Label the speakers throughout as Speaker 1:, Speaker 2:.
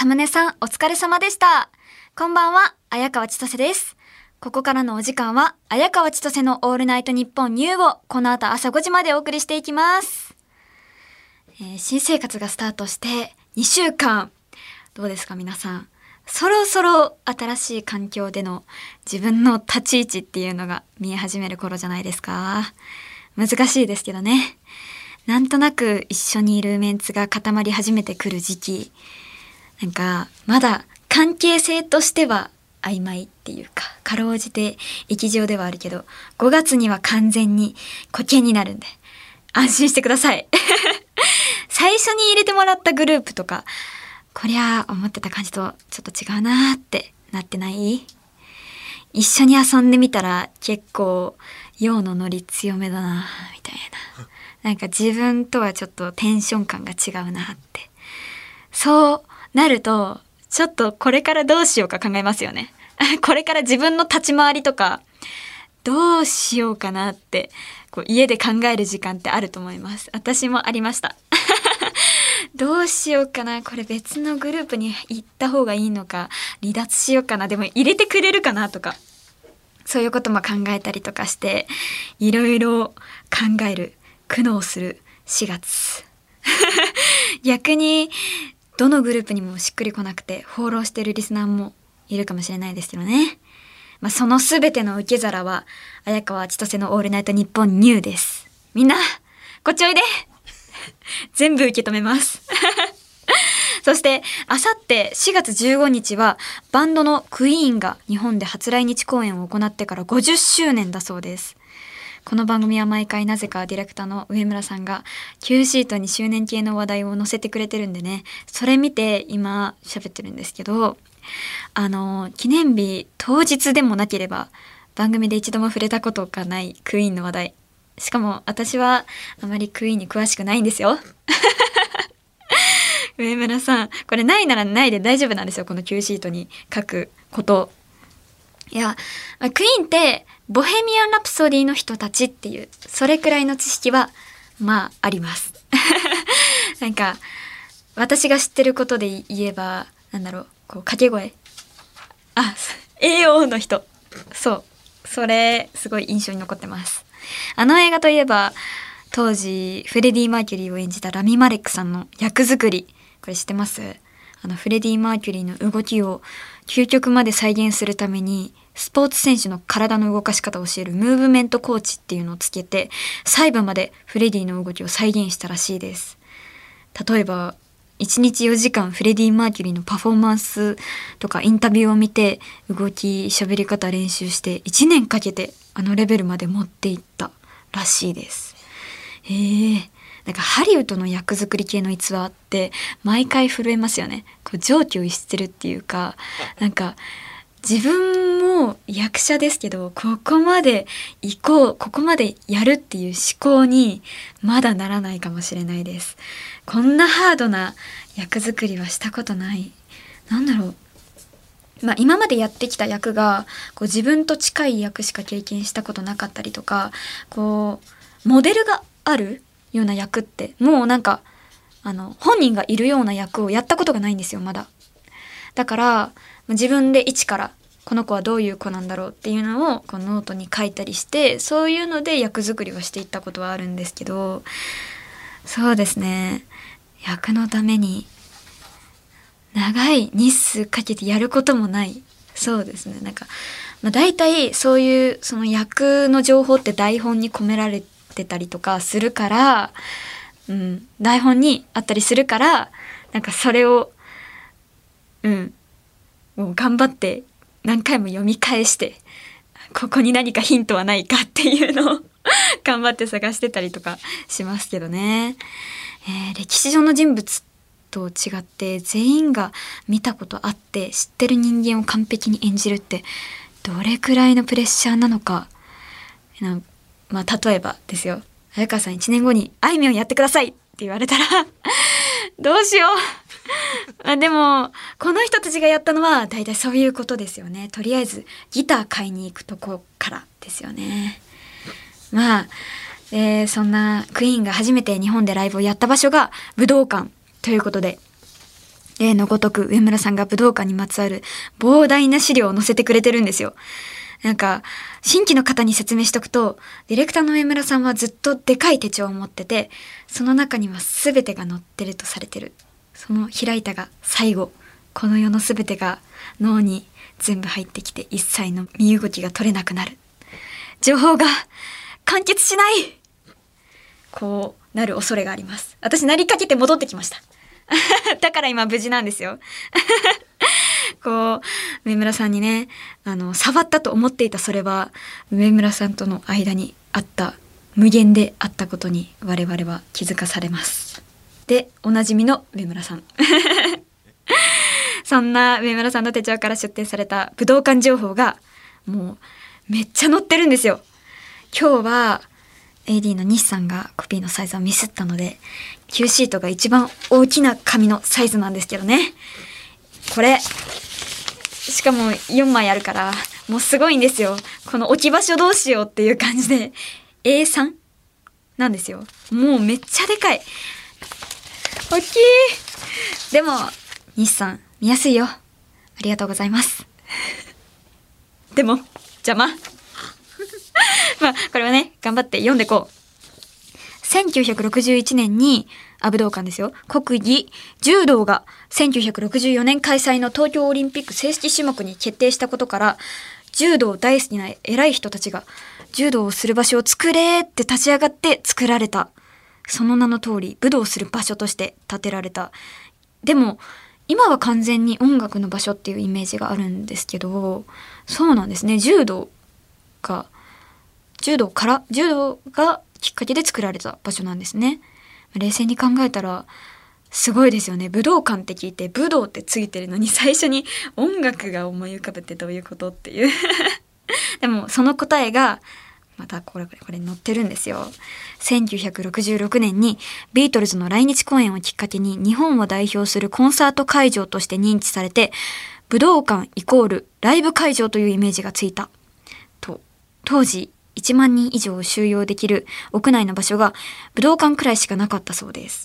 Speaker 1: サムネさんお疲れ様でした。こんばんは、綾川千歳です。ここからのお時間は綾川千歳のオールナイトニッポンニューをこの後朝5時までお送りしていきます。新生活がスタートして2週間、どうですか皆さん。そろそろ新しい環境での自分の立ち位置っていうのが見え始める頃じゃないですか。難しいですけどね。なんとなく一緒にいるメンツが固まり始めてくる時期、なんかまだ関係性としては曖昧っていうか、かろうじて液状ではあるけど、5月には完全に固形になるんで安心してください。最初に入れてもらったグループとか、こりゃ思ってた感じとちょっと違うなーってなってない？一緒に遊んでみたら結構陽のノリ強めだなみたいな。なんか自分とはちょっとテンション感が違うなって。そうなるとちょっとこれからどうしようか考えますよね。これから自分の立ち回りとかどうしようかなってこう家で考える時間ってあると思います。私もありました。どうしようかな、これ別のグループに行った方がいいのか、離脱しようかな、でも入れてくれるかなとか、そういうことも考えたりとかしていろいろ考える、苦悩する4月。逆にどのグループにもしっくりこなくて放浪してるリスナーもいるかもしれないですけどね。そのすべての受け皿は綾川千歳のオールナイトニッポンニューです。みんなこっちおいで。全部受け止めます。そしてあさって4月15日はバンドのクイーンが日本で初来日公演を行ってから50周年だそうです。この番組は毎回なぜかディレクターの上村さんが Q シートに周年系の話題を載せてくれてるんでね、それ見て今喋ってるんですけど、記念日当日でもなければ番組で一度も触れたことがないクイーンの話題。しかも私はあまりクイーンに詳しくないんですよ。上村さん、これないならないで大丈夫なんですよ、この Q シートに書くこと。いや、クイーンってボヘミアン・ラプソディの人たちっていうそれくらいの知識はあります。なんか私が知ってることで言えばなんだろう、こう掛け声、AO の人、それすごい印象に残ってます。あの映画といえば当時フレディ・マーキュリーを演じたラミ・マレックさんの役作り、これ知ってます？フレディ・マーキュリーの動きを究極まで再現するためにスポーツ選手の体の動かし方を教えるムーブメントコーチっていうのをつけて細部までフレディの動きを再現したらしいです。例えば1日4時間フレディ・マーキュリーのパフォーマンスとかインタビューを見て動き喋り方練習して1年かけてあのレベルまで持っていったらしいです。なんかハリウッドの役作り系の逸話って毎回震えますよね。こう常軌を逸してるっていうか、なんか自分も役者ですけどここまで行こう、ここまでやるっていう思考にまだならないかもしれないです。こんなハードな役作りはしたことない。なんだろう、今までやってきた役がこう自分と近い役しか経験したことなかったりとか、こうモデルがあるような役ってもうなんか本人がいるような役をやったことがないんですよ、まだ。だから自分で一からこの子はどういう子なんだろうっていうのをこのノートに書いたりして、そういうので役作りはしていったことはあるんですけど、そうですね、役のために長い日数かけてやることもない。そうですね、なんか、大体そういうその役の情報って台本に込められてたりとかするから、台本にあったりするから、なんかそれをもう頑張って何回も読み返してここに何かヒントはないかっていうのを頑張って探してたりとかしますけどね。歴史上の人物と違って全員が見たことあって知ってる人間を完璧に演じるってどれくらいのプレッシャーなのか。例えばですよ、早川さん1年後にあいみょんやってくださいって言われたらどうしよう。でもこの人たちがやったのはだいたいそういうことですよね。とりあえずギター買いに行くとこからですよね。そんなクイーンが初めて日本でライブをやった場所が武道館ということで、 例のごとく上村さんが武道館にまつわる膨大な資料を載せてくれてるんですよ。なんか、新規の方に説明しとくと、ディレクターの上村さんはずっとでかい手帳を持ってて、その中には全てが載ってるとされてる。その開いたが最後、この世の全てが脳に全部入ってきて一切の身動きが取れなくなる。情報が完結しない、こうなる恐れがあります。私なりかけて戻ってきましただから今無事なんですよこう上村さんにね、触ったと思っていたそれは上村さんとの間にあった無限であったことに我々は気づかされます。で、おなじみの上村さんそんな上村さんの手帳から出展された武道館情報がもうめっちゃ載ってるんですよ。今日は AD の西さんがコピーのサイズをミスったので Q シートが一番大きな紙のサイズなんですけどね、これしかも4枚あるからもうすごいんですよ。この置き場所どうしようっていう感じで A3 なんですよ。もうめっちゃでかい、大きい。でも西さん見やすいよ、ありがとうございますでも邪魔まあこれはね頑張って読んでこう。1961年に武道館ですよ、国技柔道が1964年開催の東京オリンピック正式種目に決定したことから、柔道大好きな偉い人たちが柔道をする場所を作れって立ち上がって作られた。その名の通り武道する場所として建てられた。でも今は完全に音楽の場所っていうイメージがあるんですけど、そうなんですね。柔道がきっかけで作られた場所なんですね。冷静に考えたらすごいですよね。武道館って聞いて武道ってついてるのに最初に音楽が思い浮かぶってどういうことっていうでもその答えがまたこれ載ってるんですよ。1966年にビートルズの来日公演をきっかけに日本を代表するコンサート会場として認知されて、武道館イコールライブ会場というイメージがついたと。当時1万人以上を収容できる屋内の場所が武道館くらいしかなかったそうです。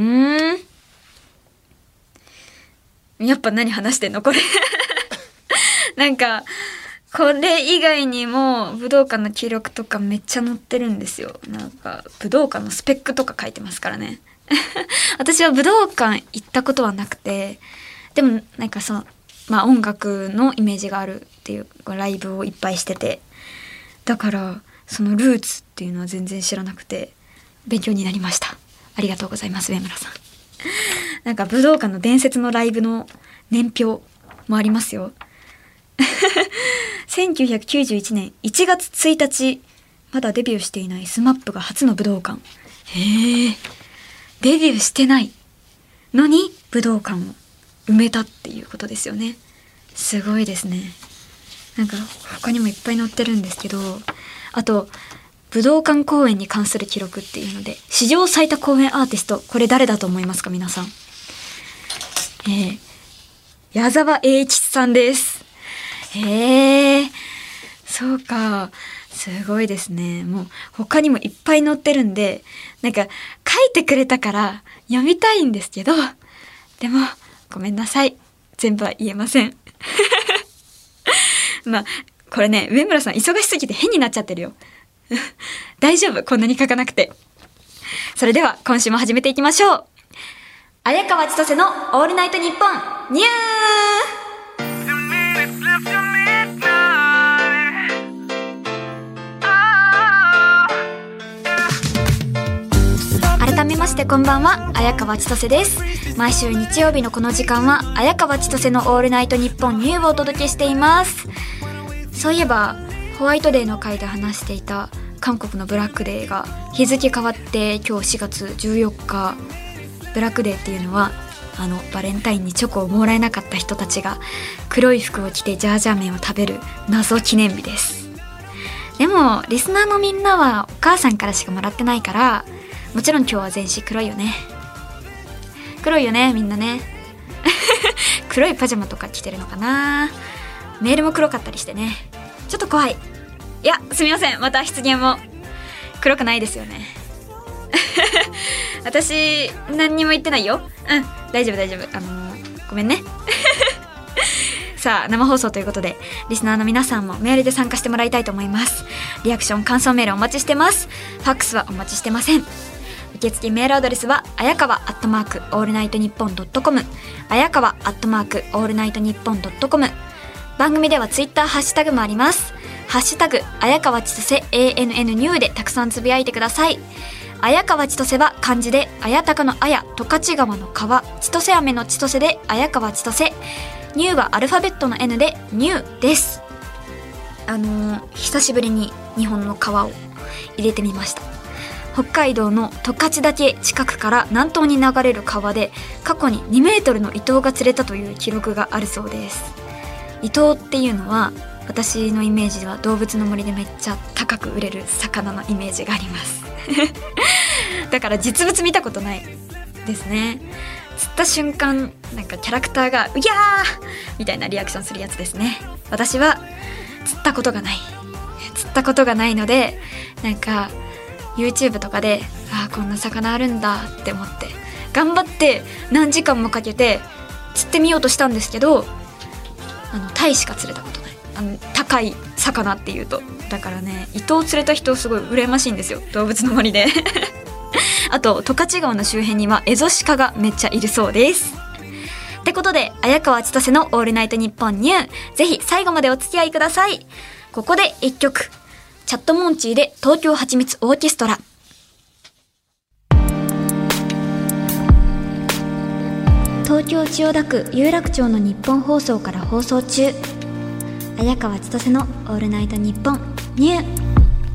Speaker 1: やっぱ何話してんのこれなんかこれ以外にも武道館の記録とかめっちゃ載ってるんですよ。なんか武道館のスペックとか書いてますからね私は武道館行ったことはなくて、でもなんか音楽のイメージがあるっていうライブをいっぱいしてて、だからそのルーツっていうのは全然知らなくて勉強になりました。ありがとうございます上村さんなんか武道館の伝説のライブの年表もありますよ1991年1月1日、まだデビューしていないSMAPが初の武道館。デビューしてないのに武道館を埋めたっていうことですよね。すごいですね。なんか他にもいっぱい載ってるんですけど、あと武道館公演に関する記録っていうので史上最多公演アーティスト、これ誰だと思いますか皆さん。矢沢永吉さんです。そうか、すごいですね。もう他にもいっぱい載ってるんで、なんか書いてくれたから読みたいんですけど、でもごめんなさい、全部は言えませんまあこれね、上村さん忙しすぎて変になっちゃってるよ大丈夫、こんなに書かなくて。それでは今週も始めていきましょう。綾川千歳のオールナイトニッポンニュー。改めましてこんばんは、綾川千歳です。毎週日曜日のこの時間は綾川千歳のオールナイトニッポンニューをお届けしています。そういえばホワイトデーの回で話していた韓国のブラックデーが日付変わって今日4月14日、ブラックデーっていうのはバレンタインにチョコをもらえなかった人たちが黒い服を着てジャージャー麺を食べる謎記念日です。でもリスナーのみんなはお母さんからしかもらってないから、もちろん今日は全身黒いよね。黒いよねみんなね黒いパジャマとか着てるのかな。メールも黒かったりしてね、ちょっと怖い。いやすみません、また失言も。黒くないですよね私何にも言ってないよ。大丈夫。 ごめんねさあ生放送ということでリスナーの皆さんもメールで参加してもらいたいと思います。リアクション感想メールお待ちしてます。ファックスはお待ちしてません。受付メールアドレスはあやかわ@allnightnippon.com あやかわ@allnightnippon.com。 番組ではツイッターハッシュタグもあります。ハッシュタグあやかわちとせ ANNNEW でたくさんつぶやいてください。あやかわちとせは漢字であやたかのあや、十勝川の川、ちとせ飴のちとせであやかわちとせ。ニューはアルファベットの N でニューです。久しぶりに日本の川を入れてみました。北海道の十勝岳近くから南東に流れる川で過去に2メートルのイトウが釣れたという記録があるそうです。イトウっていうのは私のイメージでは動物の森でめっちゃ高く売れる魚のイメージがありますだから実物見たことないですね。釣った瞬間なんかキャラクターがうぎゃーみたいなリアクションするやつですね。私は釣ったことがないので、なんか YouTube とかでこんな魚あるんだって思って頑張って何時間もかけて釣ってみようとしたんですけど、タイしか釣れたことない。高い魚っていうとだからね、イトウ釣れた人すごい羨ましいんですよ、動物の森であと十勝川の周辺にはエゾシカがめっちゃいるそうです。ってことで綾川千歳のオールナイトニッポンニュー、ぜひ最後までお付き合いください。ここで一曲、チャットモンチーで東京はちみつオーケストラ。東京千代田区有楽町の日本放送から放送中、綾川千歳のオールナイトニッポンニュー。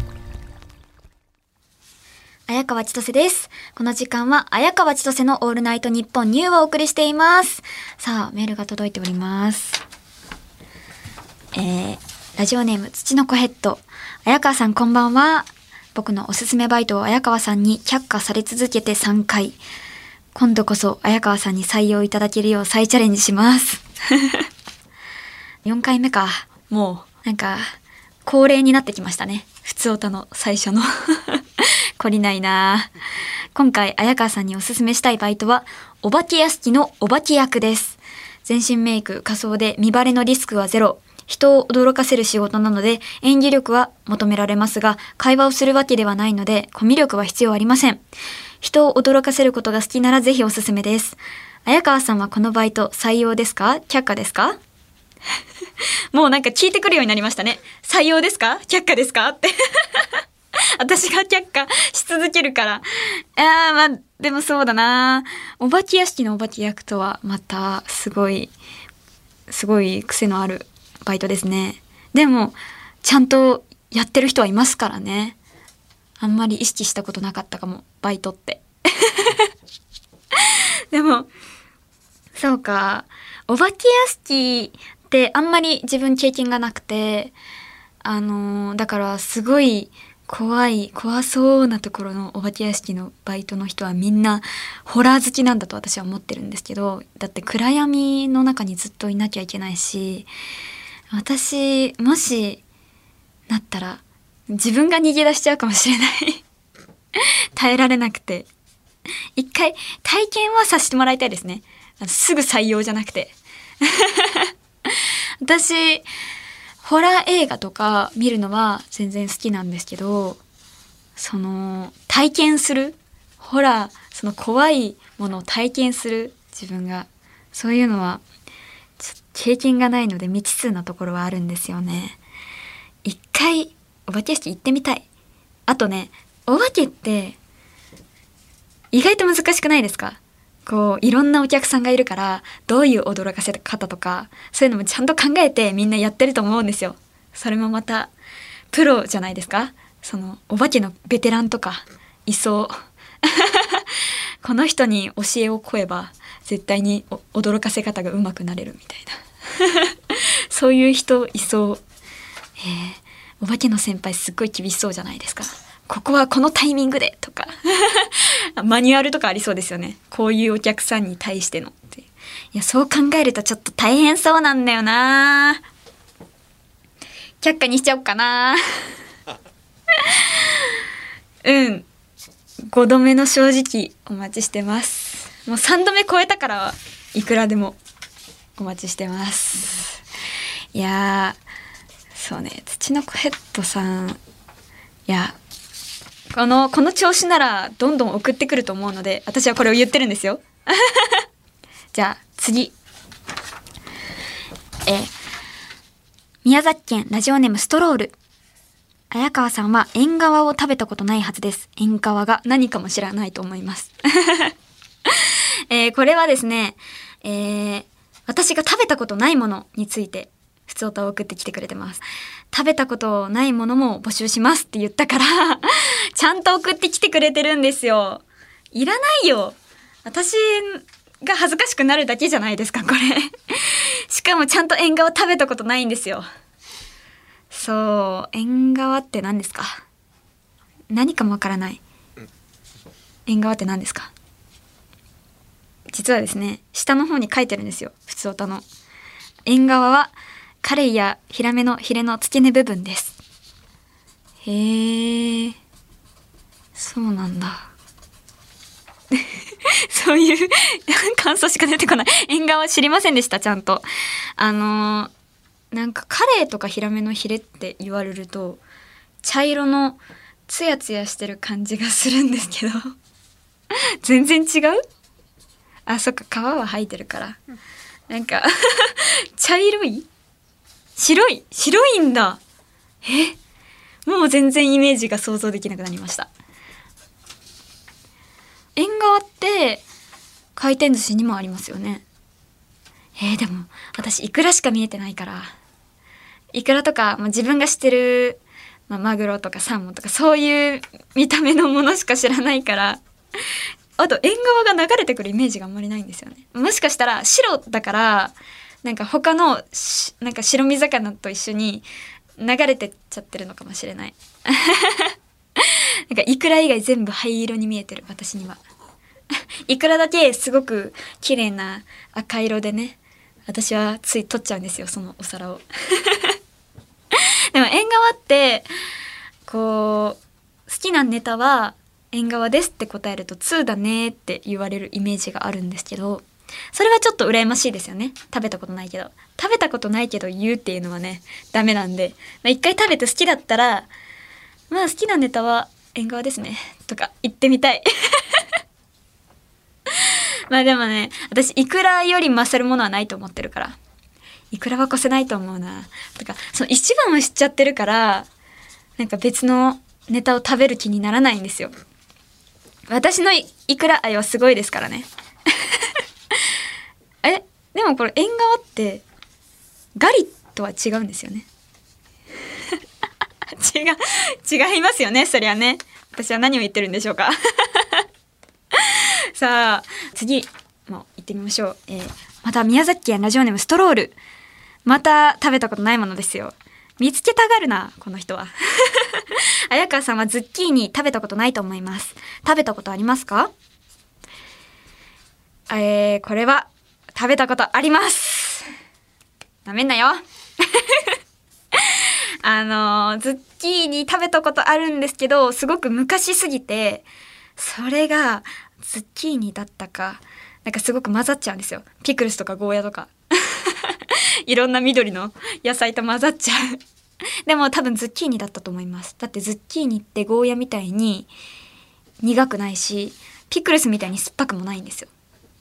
Speaker 1: 綾川千歳です。この時間は綾川千歳のオールナイトニッポンニューをお送りしています。さあメールが届いております。ラジオネーム土の子ヘッド。綾川さんこんばんは。僕のおすすめバイトを綾川さんに却下され続けて3回。今度こそ綾川さんに採用いただけるよう再チャレンジします4回目か。もうなんか恒例になってきましたね、ふつおたの最初の懲りないな。今回綾川さんにおすすめしたいバイトはお化け屋敷のお化け役です。全身メイク仮装で見バレのリスクはゼロ、人を驚かせる仕事なので演技力は求められますが、会話をするわけではないのでコミュ力は必要ありません。人を驚かせることが好きならぜひおすすめです。綾川さんはこのバイト採用ですか、却下ですかもうなんか聞いてくるようになりましたね。採用ですか却下ですかって私が却下し続けるから。まあでもそうだな、お化け屋敷のお化け役とはまたすごい癖のあるバイトですね。でもちゃんとやってる人はいますからね。あんまり意識したことなかったかも、バイトってでもそうか、お化け屋敷ってあんまり自分経験がなくて、だからすごい怖そうなところのお化け屋敷のバイトの人はみんなホラー好きなんだと私は思ってるんですけど、だって暗闇の中にずっといなきゃいけないし、私もしなったら自分が逃げ出しちゃうかもしれない耐えられなくて。一回体験はさせてもらいたいですね。すぐ採用じゃなくて私ホラー映画とか見るのは全然好きなんですけど、その体験するホラー、その怖いものを体験する自分が、そういうのは経験がないので未知数なところはあるんですよね。一回お化け屋敷行ってみたい。あとね、お化けって意外と難しくないですか？こういろんなお客さんがいるから、どういう驚かせ方とかそういうのもちゃんと考えてみんなやってると思うんですよ。それもまたプロじゃないですか。そのお化けのベテランとかいそうこの人に教えを請えば絶対に驚かせ方が上手くなれるみたいなそういう人いそう。お化けの先輩すっごい厳しそうじゃないですか。ここはこのタイミングでとかマニュアルとかありそうですよね。こういうお客さんに対してのって。いや、そう考えるとちょっと大変そうなんだよな。却下にしちゃおうかな5度目の正直お待ちしてます。もう3度目超えたからいくらでもお待ちしてます。いやそうね、土の子ヘッドさん、いやこの調子ならどんどん送ってくると思うので、私はこれを言ってるんですよ。じゃあ次、宮崎県ラジオネームストロール。綾川さんは縁側を食べたことないはずです。縁側が何かも知らないと思います。これはですね、私が食べたことないものについて普通歌を送ってきてくれてます。食べたことないものも募集しますって言ったからちゃんと送ってきてくれてるんですよ。いらないよ。私が恥ずかしくなるだけじゃないですかこれ。しかもちゃんと縁側食べたことないんですよ。そう、縁側って何ですか？何かもわからない。縁側って何ですか？実はですね、下の方に書いてるんですよ、ふつおたの。縁側はカレイやヒラメのヒレの付け根部分です。へえ、そうなんだ。そういう感想しか出てこない。縁側知りませんでした。ちゃんとなんかカレイとかヒラメのヒレって言われると茶色のツヤツヤしてる感じがするんですけど全然違う？あ、そっか、皮は生えてるからなんか茶色い？白いんだ。もう全然イメージが想像できなくなりました。縁側って回転寿司にもありますよね。でも私イクラしか見えてないから、イクラとか、自分が知ってる、マグロとかサーモンとかそういう見た目のものしか知らないから、あと縁側が流れてくるイメージがあんまりないんですよね。もしかしたら白だからなんか他のなんか白身魚と一緒に流れてっちゃってるのかもしれない。なんかイクラ以外全部灰色に見えてる私には。イクラだけすごく綺麗な赤色でね、私はつい取っちゃうんですよ、そのお皿を。でも縁側ってこう好きなネタは縁側ですって答えると2だねって言われるイメージがあるんですけど、それはちょっと羨ましいですよね。食べたことないけど言うっていうのはねダメなんで、一回食べて好きだったら好きなネタは縁側ですねとか言ってみたい。でもね、私イクラより勝るものはないと思ってるから、イクラは越せないと思うなとか、その一番を知っちゃってるからなんか別のネタを食べる気にならないんですよ。私のイクラ愛はすごいですからね。でもこれ縁側ってガリとは違うんですよね。違いますよね、そりゃね。私は何を言ってるんでしょうか。さあ次も行ってみましょう。また宮崎県ラジオネームストロール。また食べたことないものですよ。見つけたがるなこの人は。綾川さんはズッキーニ食べたことないと思います。食べたことありますか？これは食べたことあります。なめんなよ。ズッキーニ食べたことあるんですけど、すごく昔すぎてそれがズッキーニだったかなんかすごく混ざっちゃうんですよ。ピクルスとかゴーヤとかいろんな緑の野菜と混ざっちゃう。でも多分ズッキーニだったと思います。だってズッキーニってゴーヤみたいに苦くないし、ピクルスみたいに酸っぱくもないんですよ。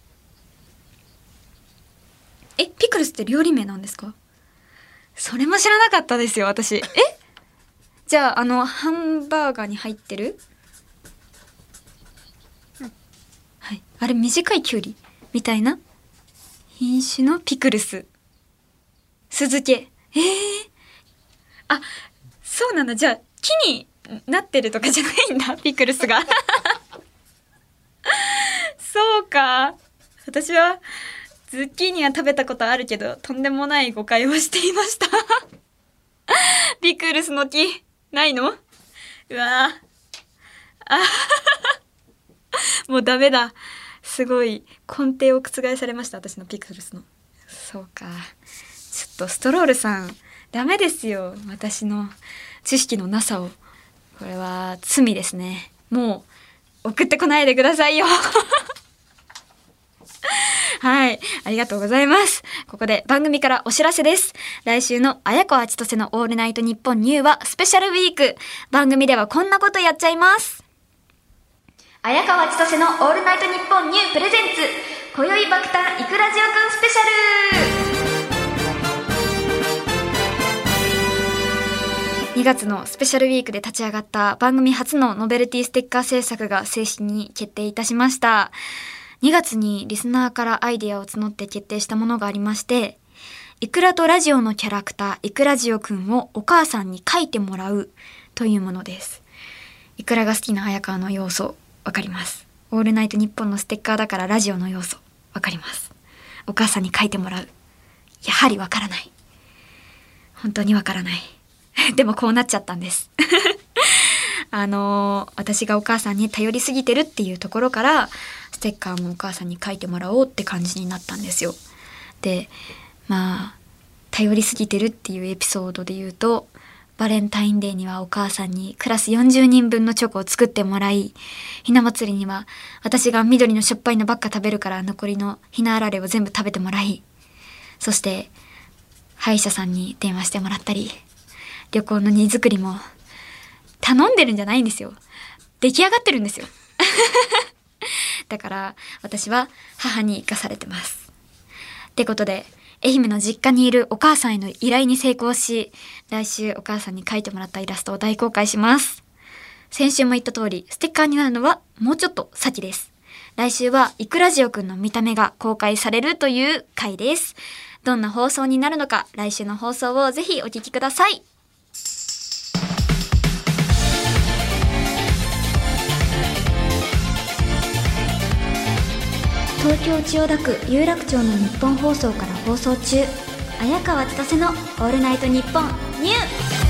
Speaker 1: ピクルスって料理名なんですか？それも知らなかったですよ私。じゃあハンバーガーに入ってる、はい、あれ短いキュウリみたいな品種のピクルス、酢漬け。あ、そうなんだ。じゃあ木になってるとかじゃないんだ、ピクルスが。そうか。私はズッキーニは食べたことあるけど、とんでもない誤解をしていました。ピクルスの木ないの？うわもうダメだ。すごい根底を覆されました、私のピクルスの。そうか。ちょっとストロールさんダメですよ、私の知識のなさを。これは罪ですね。もう送ってこないでくださいよ。 はい、ありがとうございます。ここで番組からお知らせです。来週の綾川千歳のオールナイトニッポンニューはスペシャルウィーク。番組ではこんなことやっちゃいます。綾川千歳のオールナイトニッポンニュープレゼンツ、今宵爆誕イクラジオくんスペシャル。2月のスペシャルウィークで立ち上がった番組初のノベルティステッカー制作が正式に決定いたしました。2月にリスナーからアイデアを募って決定したものがありまして、イクラとラジオのキャラクターイクラジオくんをお母さんに描いてもらうというものです。イクラが好きな綾川の要素わかります。オールナイトニッポンのステッカーだからラジオの要素わかります。お母さんに描いてもらう、やはりわからない。本当にわからないでもこうなっちゃったんです私がお母さんに頼りすぎてるっていうところからステッカーもお母さんに書いてもらおうって感じになったんですよ。で、頼りすぎてるっていうエピソードで言うと、バレンタインデーにはお母さんにクラス40人分のチョコを作ってもらい、ひな祭りには私が緑のしょっぱいのばっか食べるから残りのひなあられを全部食べてもらい、そして歯医者さんに電話してもらったり、旅行の荷造りも頼んでるんじゃないんですよ。出来上がってるんですよだから私は母に生かされてます。ってことで、愛媛の実家にいるお母さんへの依頼に成功し、来週お母さんに描いてもらったイラストを大公開します。先週も言った通り、ステッカーになるのはもうちょっと先です。来週はイクラジオくんの見た目が公開されるという回です。どんな放送になるのか、来週の放送をぜひお聞きください。東京千代田区有楽町の日本放送から放送中、綾川千歳のオールナイトニッポンニュー。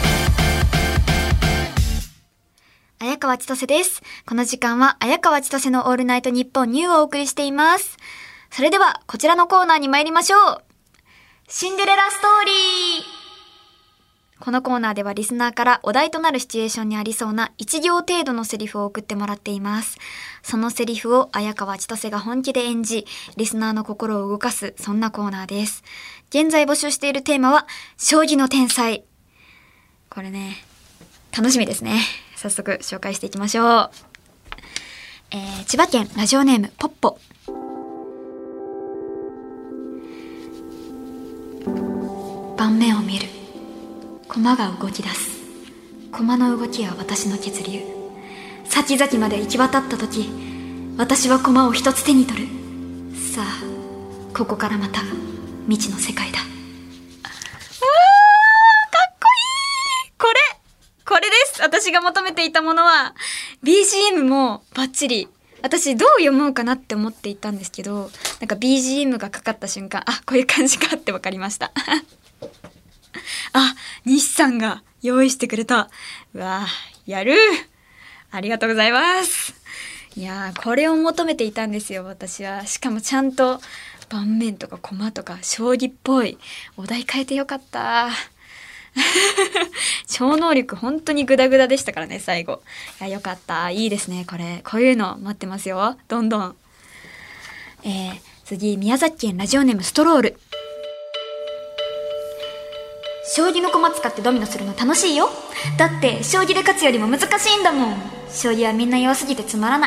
Speaker 1: 綾川千歳です。この時間は綾川千歳のオールナイトニッポンニューをお送りしています。それではこちらのコーナーに参りましょう。シンデレラストーリー。このコーナーではリスナーからお題となるシチュエーションにありそうな1行程度のセリフを送ってもらっています。そのセリフを綾川千歳が本気で演じ、リスナーの心を動かす、そんなコーナーです。現在募集しているテーマは将棋の天才。これね、楽しみですね。早速紹介していきましょう。千葉県ラジオネームポッポ。盤面を見る。駒が動き出す。駒の動きは私の血流。先々まで行き渡った時、私は駒を一つ手に取る。さあ、ここからまた未知の世界だ。かっこいい。これです。私が求めていたものは BGM もバッチリ。私どう読もうかなって思っていたんですけど、なんか BGM がかかった瞬間、こういう感じかって分かりました西さんが用意してくれた。うわー、やる。ありがとうございます。いやー、これを求めていたんですよ、私は。しかもちゃんと盤面とか駒とか将棋っぽいお題変えてよかった超能力本当にグダグダでしたからね、最後。いや、よかった。いいですね、これ。こういうの待ってますよ、どんどん。次、宮崎県ラジオネームストロール。将棋の駒使ってドミノするの楽しいよ。だって将棋で勝つよりも難しいんだもん。将棋はみんな弱すぎてつまらない。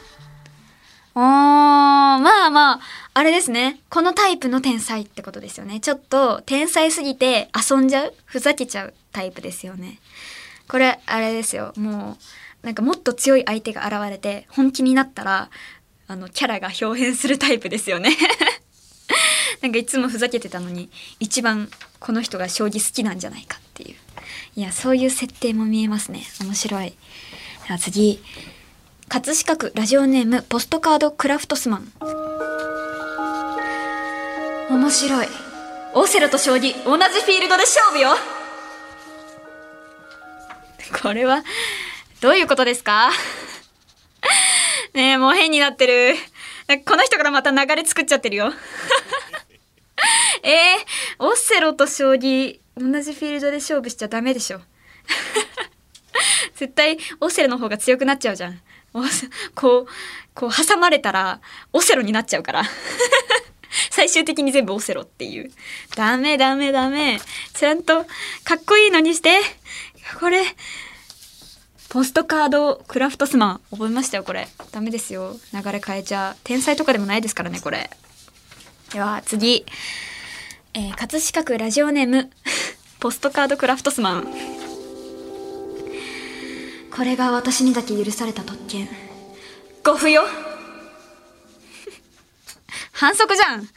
Speaker 1: あれですね、このタイプの天才ってことですよね。ちょっと天才すぎて遊んじゃう、ふざけちゃうタイプですよね。これあれですよ、もうなんかもっと強い相手が現れて本気になったらキャラが表変するタイプですよねなんかいつもふざけてたのに一番この人が将棋好きなんじゃないかっていう。いや、そういう設定も見えますね。面白い。では次、葛飾区ラジオネームポストカードクラフトスマン。面白い。オセロと将棋同じフィールドで勝負よ。これはどういうことですかねえ、もう変になってる。この人からまた流れ作っちゃってるよオセロと将棋同じフィールドで勝負しちゃダメでしょ絶対オセロの方が強くなっちゃうじゃん。こう挟まれたらオセロになっちゃうから最終的に全部オセロっていう。ダメ。ちゃんとかっこいいのにして。これ、ポストカードクラフトスマン覚えましたよ、これ。ダメですよ。流れ変えちゃう。天才とかでもないですからね、これ。では、次。葛飾区ラジオネーム、ポストカードクラフトスマン。これが私にだけ許された特権。ご不要反則じゃん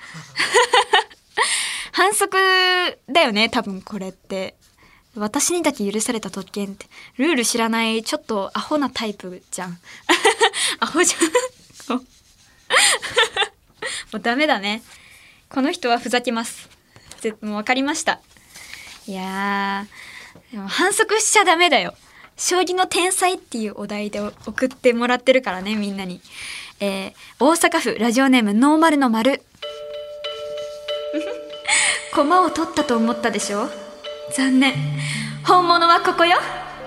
Speaker 1: 反則だよね、多分これって。私にだけ許された特権ってルール知らないちょっとアホなタイプじゃんアホじゃんもうダメだね。この人はふざけます。もう分かりました。いやー、でも反則しちゃダメだよ。将棋の天才っていうお題で送ってもらってるからね、みんなに。大阪府ラジオネームノーマルの丸駒を取ったと思ったでしょ。残念、本物はここよ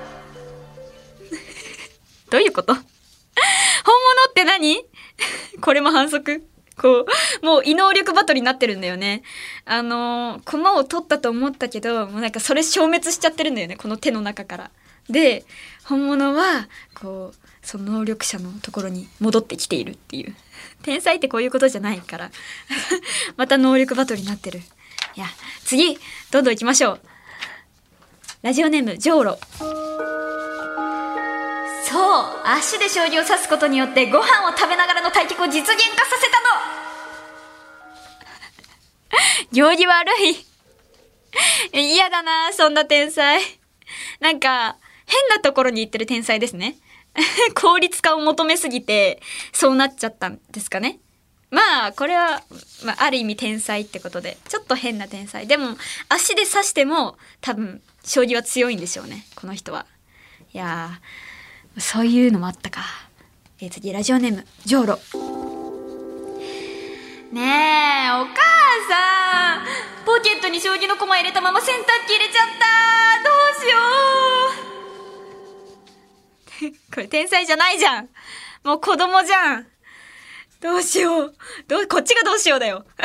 Speaker 1: どういうこと本物って何これも反則。こうもう異能力バトルになってるんだよね。駒を取ったと思ったけど、もうなんかそれ消滅しちゃってるんだよね、この手の中から。で本物はこうその能力者のところに戻ってきているっていう。天才ってこういうことじゃないからまた能力バトルになってる。いや、次どんどん行きましょう。ラジオネームジョーロ。そう、足で将棋を指すことによってご飯を食べながらの対局を実現化させたの行儀悪い嫌だな、そんな天才。なんか変なところに行ってる天才ですね効率化を求めすぎてそうなっちゃったんですかね。まあこれは、ある意味天才ってことで、ちょっと変な天才。でも足で指しても多分将棋は強いんでしょうね、この人は。いやー、そういうのもあったか。次ラジオネームジョーロ。ねえお母さん、ポケットに将棋の駒入れたまま洗濯機入れちゃった。どうしようこれ天才じゃないじゃん、もう子供じゃん。どうしよう、こっちがどうしようだよ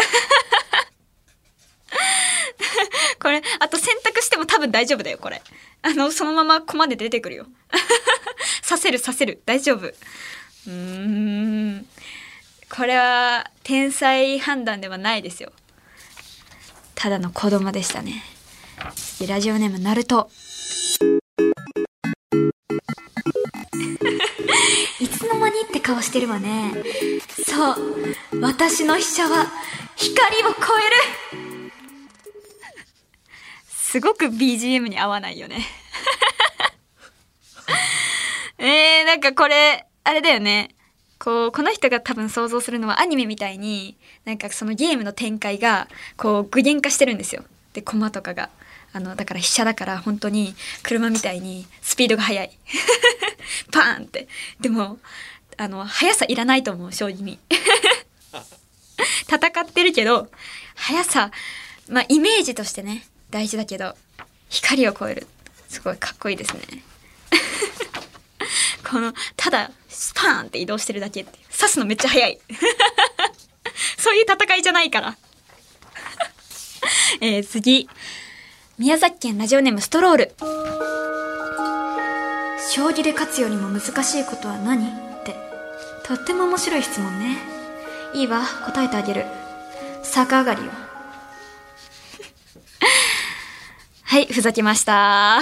Speaker 1: これあと選択しても多分大丈夫だよ、これ。そのまま駒で出てくるよさせる大丈夫。これは天才判断ではないですよ。ただの子供でしたね。ラジオネームナルトいつの間にって顔してるわね。そう、私の飛車は光を超えるすごく BGM に合わないよねなんかこれあれだよね。この人が多分想像するのはアニメみたいに、なんかそのゲームの展開がこう具現化してるんですよ。で駒とかがだから飛車だから本当に車みたいにスピードが速いパーンって。でも速さいらないと思う、将棋に戦ってるけど速さ、イメージとしてね大事だけど、光を超える、すごいかっこいいですねただスパーンって移動してるだけって、刺すのめっちゃ速いそういう戦いじゃないから次宮崎県ラジオネームストロール。将棋で勝つよりも難しいことは何ってとっても面白い質問ね。いいわ、答えてあげる。逆上がりよはい、ふざけました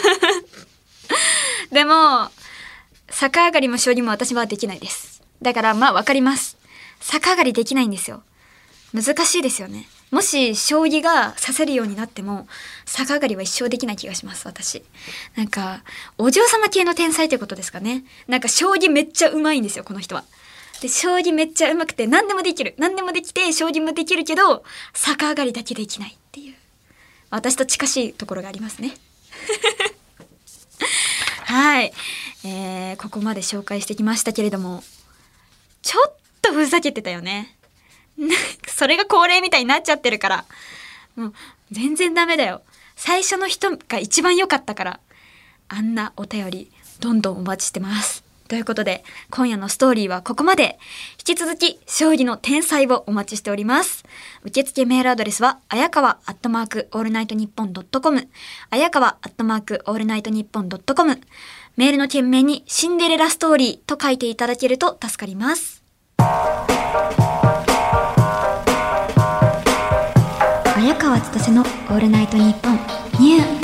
Speaker 1: でも逆上がりも将棋も私はできないです。だからわかります。逆上がりできないんですよ。難しいですよね。もし将棋が指せるようになっても逆上がりは一生できない気がします、私。なんかお嬢様系の天才ってことですかね。なんか将棋めっちゃ上手いんですよ、この人は。で将棋めっちゃ上手くて何でもできる、何でもできて将棋もできるけど逆上がりだけできないっていう、私と近しいところがありますねはい、ここまで紹介してきましたけれども、ちょっとふざけてたよねそれが恒例みたいになっちゃってるから、もう全然ダメだよ。最初の人が一番良かったから。あんなお便りどんどんお待ちしてます。 ということで、今夜のストーリーはここまで。引き続き、将棋の天才をお待ちしております。受付メールアドレスは、あやかわ@allnightnippon.com、あやかわ@allnightnippon.com、メールの件名にシンデレラストーリーと書いていただけると助かります。綾川千歳のオールナイトニッポンニュー。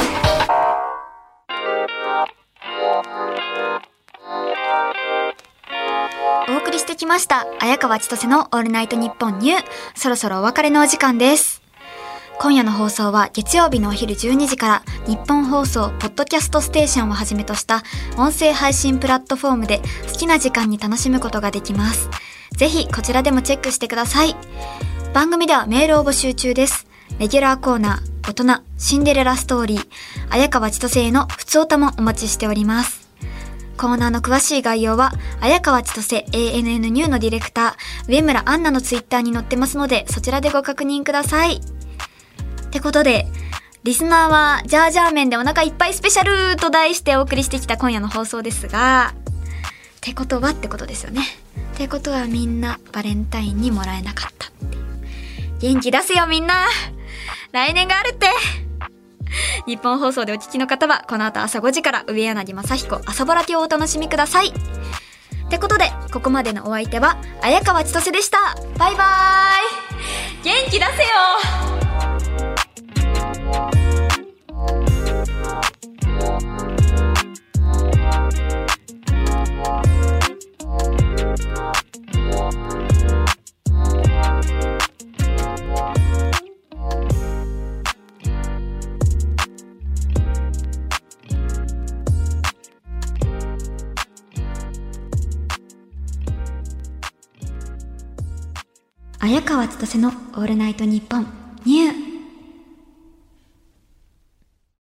Speaker 1: お送りしてきました綾川千歳のオールナイトニッポンニュー。そろそろお別れのお時間です。今夜の放送は月曜日のお昼12時から日本放送ポッドキャストステーションをはじめとした音声配信プラットフォームで好きな時間に楽しむことができます。ぜひこちらでもチェックしてください。番組ではメールを募集中です。レギュラーコーナー、大人、シンデレラストーリー、綾川千歳へのふつおたもお待ちしております。コーナーの詳しい概要は、綾川千歳 ANN ニューのディレクター、上村アンナのツイッターに載ってますので、そちらでご確認ください。ってことで、リスナーはジャージャー麺でお腹いっぱいスペシャルと題してお送りしてきた今夜の放送ですが、ってことはってことですよね。ってことはみんなバレンタインにもらえなかったっていう。元気出せよみんな。来年があるって。日本放送でお聞きの方はこの後朝5時から上柳正彦朝ぼらきをお楽しみください。ってことでここまでのお相手は綾川千歳でした。バイバーイ。元気出せよ。綾川千歳のオールナイトニッポンニュー。